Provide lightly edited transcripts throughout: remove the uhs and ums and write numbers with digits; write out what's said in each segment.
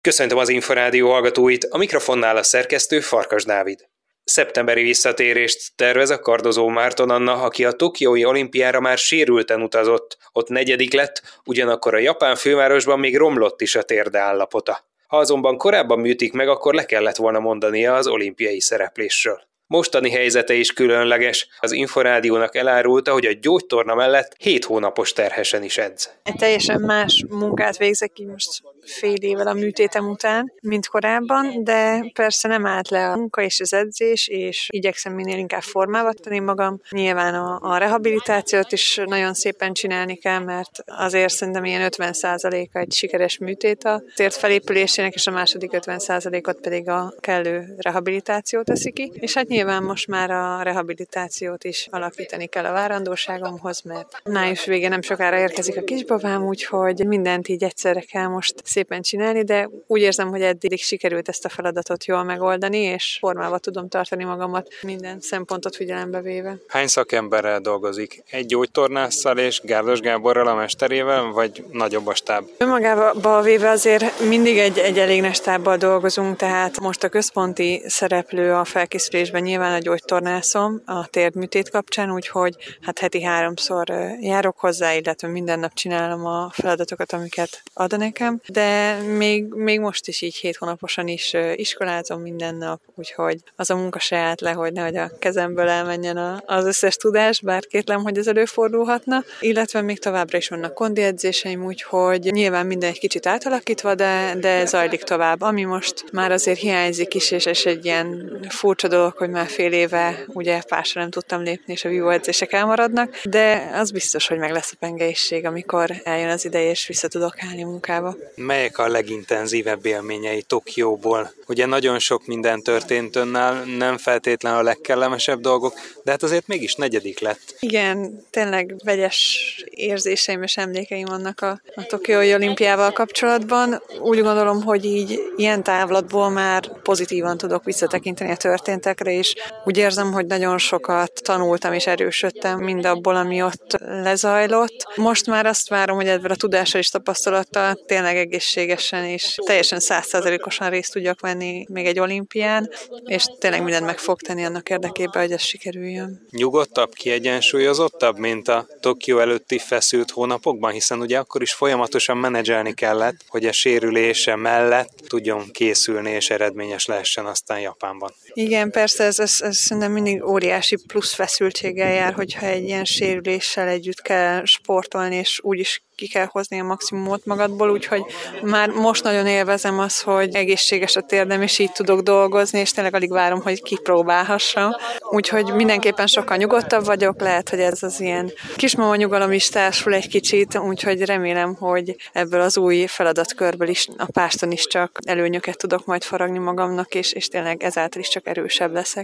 Köszöntöm az Inforádió hallgatóit, a mikrofonnál a szerkesztő Farkas Dávid. Szeptemberi visszatérést tervez a kardozó Márton Anna, aki a tokiói olimpiára már sérülten utazott. Ott 4. lett, ugyanakkor a japán fővárosban még romlott is a térde állapota. Ha azonban korábban műtik meg, akkor le kellett volna mondania az olimpiai szereplésről. Mostani helyzete is különleges. Az Inforádiónak elárulta, hogy a gyógytorna mellett 7 hónapos terhesen is edz. Egy teljesen más munkát végzek így most fél évvel a műtétem után, mint korábban, de persze nem állt le a munka és az edzés, és igyekszem minél inkább formába tenni magam. Nyilván a rehabilitációt is nagyon szépen csinálni kell, mert azért szerintem ilyen 50%-a egy sikeres műtét a tért felépülésének, és a második 50%-ot pedig a kellő rehabilitáció teszi ki. És hát nyilván most már a rehabilitációt is alakítani kell a várandóságomhoz, mert május végén nem sokára érkezik a kisbabám, úgyhogy mindent így egyszerre kell most szépen csinálni, de úgy érzem, hogy eddig sikerült ezt a feladatot jól megoldani, és formába tudom tartani magamat minden szempontot figyelembe véve. Hány szakemberrel dolgozik? Egy gyógytornásszal és Gárdos Gáborral a mesterével, vagy nagyobb a stáb? Önmagába véve azért mindig egy elég nagy stábbal dolgozunk, tehát most a központi szereplő a felkészülésben nyilván a gyógytornászom a térdműtét kapcsán, úgyhogy hát heti 3-szor járok hozzá, illetve minden nap csinálom a feladatokat, amiket ad nekem, de még most is így 7 hónaposan is iskolázom minden nap, úgyhogy az a munka se állt le, hogy nehogy a kezemből elmenjen az összes tudás, bár kétlem, hogy ez előfordulhatna, illetve még továbbra is vannak kondi edzéseim, úgyhogy nyilván minden egy kicsit átalakítva, de zajlik tovább. Ami most már azért hiányzik is, és egy ilyen furcsa dolog, hogy már fél éve ugye pásra nem tudtam lépni, és a vívó edzések elmaradnak, de az biztos, hogy meg lesz a pengelység, amikor eljön az ideje, és vissza tudok állni munkába. Melyek a legintenzívebb élményei Tokióból? Ugye nagyon sok minden történt önnel, nem feltétlenül a legkellemesebb dolgok, de hát azért mégis 4. lett. Igen, tényleg vegyes érzéseim és emlékeim vannak a tokiói olimpiával kapcsolatban. Úgy gondolom, hogy így ilyen távlatból már pozitívan tudok visszatekinteni a történtekre, és úgy érzem, hogy nagyon sokat tanultam és erősödtem mindabból, ami ott lezajlott. Most már azt várom, hogy ebből a tudással és tapasztalattal tényleg egészségesen és teljesen 100%-osan részt tudjak venni még egy olimpián, és tényleg mindent meg fog tenni annak érdekében, hogy ez sikerüljön. Nyugodtabb, kiegyensúlyozottabb, mint a Tokió előtti feszült hónapokban, hiszen ugye akkor is folyamatosan menedzselni kellett, hogy a sérülése mellett tudjon készülni és eredményes lehessen aztán Japánban. Igen, persze ez szerintem mindig óriási plusz feszültséggel jár, hogyha egy ilyen sérüléssel együtt kell sportolni, és úgyis ki kell hozni a maximumot magadból, úgyhogy már most nagyon élvezem azt, hogy egészséges a térdem, és így tudok dolgozni, és tényleg alig várom, hogy kipróbálhassam. Úgyhogy mindenképpen sokkal nyugodtabb vagyok, lehet, hogy ez az ilyen kismama nyugalom is társul egy kicsit, úgyhogy remélem, hogy ebből az új feladatkörből is, a páston is csak előnyöket tudok majd faragni magamnak, és tényleg ezáltal is csak erősebb leszek.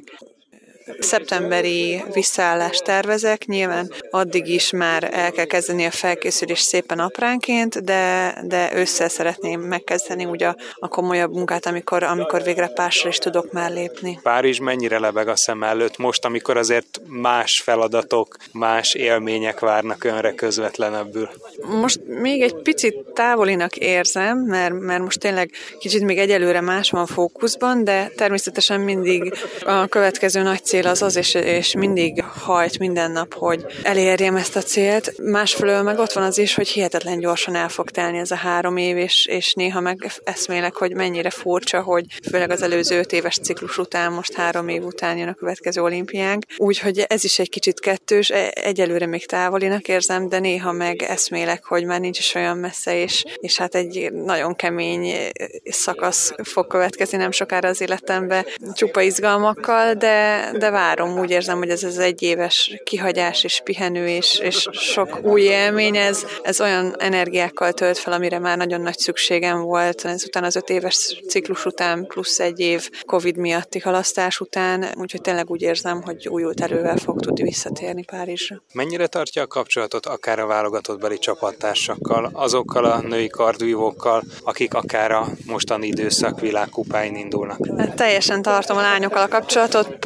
Szeptemberi visszaállást tervezek, nyilván addig is már el kell kezdeni a felkészülés szépen apránként, de ősszel szeretném megkezdeni ugye a komolyabb munkát, amikor végre pásra is tudok már lépni. Párizs mennyire lebeg a szem előtt most, amikor azért más feladatok, más élmények várnak önre közvetlenebbül? Most még egy picit távolinak érzem, mert most tényleg kicsit még egyelőre más van fókuszban, de természetesen mindig a következő nagy cél az, és mindig hajt minden nap, hogy elérjem ezt a célt. Másfelől meg ott van az is, hogy hihetetlen gyorsan el fog telni ez a 3 év, és néha meg eszmélek, hogy mennyire furcsa, hogy főleg az előző 5 éves ciklus után, most 3 év után jön a következő olimpiánk. Úgyhogy ez is egy kicsit kettős, egyelőre még távolinak érzem, de néha meg eszmélek, hogy már nincs is olyan messze, és hát egy nagyon kemény szakasz fog következni nem sokára az életembe, csupa izgalmakkal, de várom, úgy érzem, hogy ez az 1 éves kihagyás és pihenő és sok új élmény, ez olyan energiákkal tölt fel, amire már nagyon nagy szükségem volt, ezután az 5 éves ciklus után plusz 1 év Covid miatti halasztás után, úgyhogy tényleg úgy érzem, hogy újult erővel fog tudni visszatérni Párizsra. Mennyire tartja a kapcsolatot akár a válogatottbeli csapattársakkal, azokkal a női kardvívókkal, akik akár a mostani időszak világkupáin indulnak? Hát teljesen tartom a lányokkal a kapcsolatot, próbálom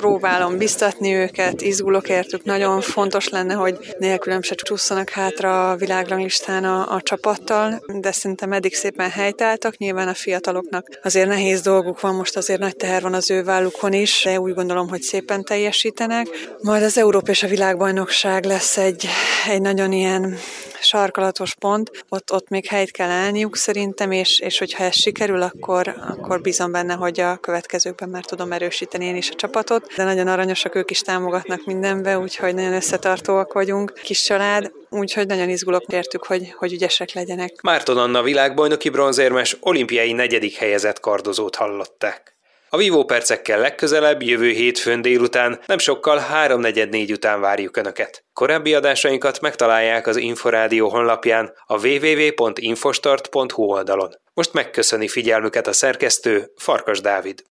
tudom biztatni őket, izgulok értük, nagyon fontos lenne, hogy nélkülem se csúszanak hátra a világranglistán a csapattal, de szerintem eddig szépen helytálltak, nyilván a fiataloknak azért nehéz dolguk van, most azért nagy teher van az ő vállukon is, de úgy gondolom, hogy szépen teljesítenek. Majd az Európa és a világbajnokság lesz egy nagyon ilyen sarkalatos pont, ott még helyt kell állniuk szerintem, és hogyha ez sikerül, akkor bízom benne, hogy a következőkben már tudom erősíteni én is a csapatot, de nagyon aranyosak, ők is támogatnak mindenbe, úgyhogy nagyon összetartóak vagyunk, kis család, úgyhogy nagyon izgulok értük, hogy ügyesek legyenek. Márton Anna világbajnoki bronzérmes, olimpiai 4. helyezett kardozót hallották. A vívópercekkel legközelebb, jövő hétfőn délután, nem sokkal 3:44 után várjuk Önöket. Korábbi adásainkat megtalálják az Inforádió honlapján, a www.infostart.hu oldalon. Most megköszöni figyelmüket a szerkesztő, Farkas Dávid.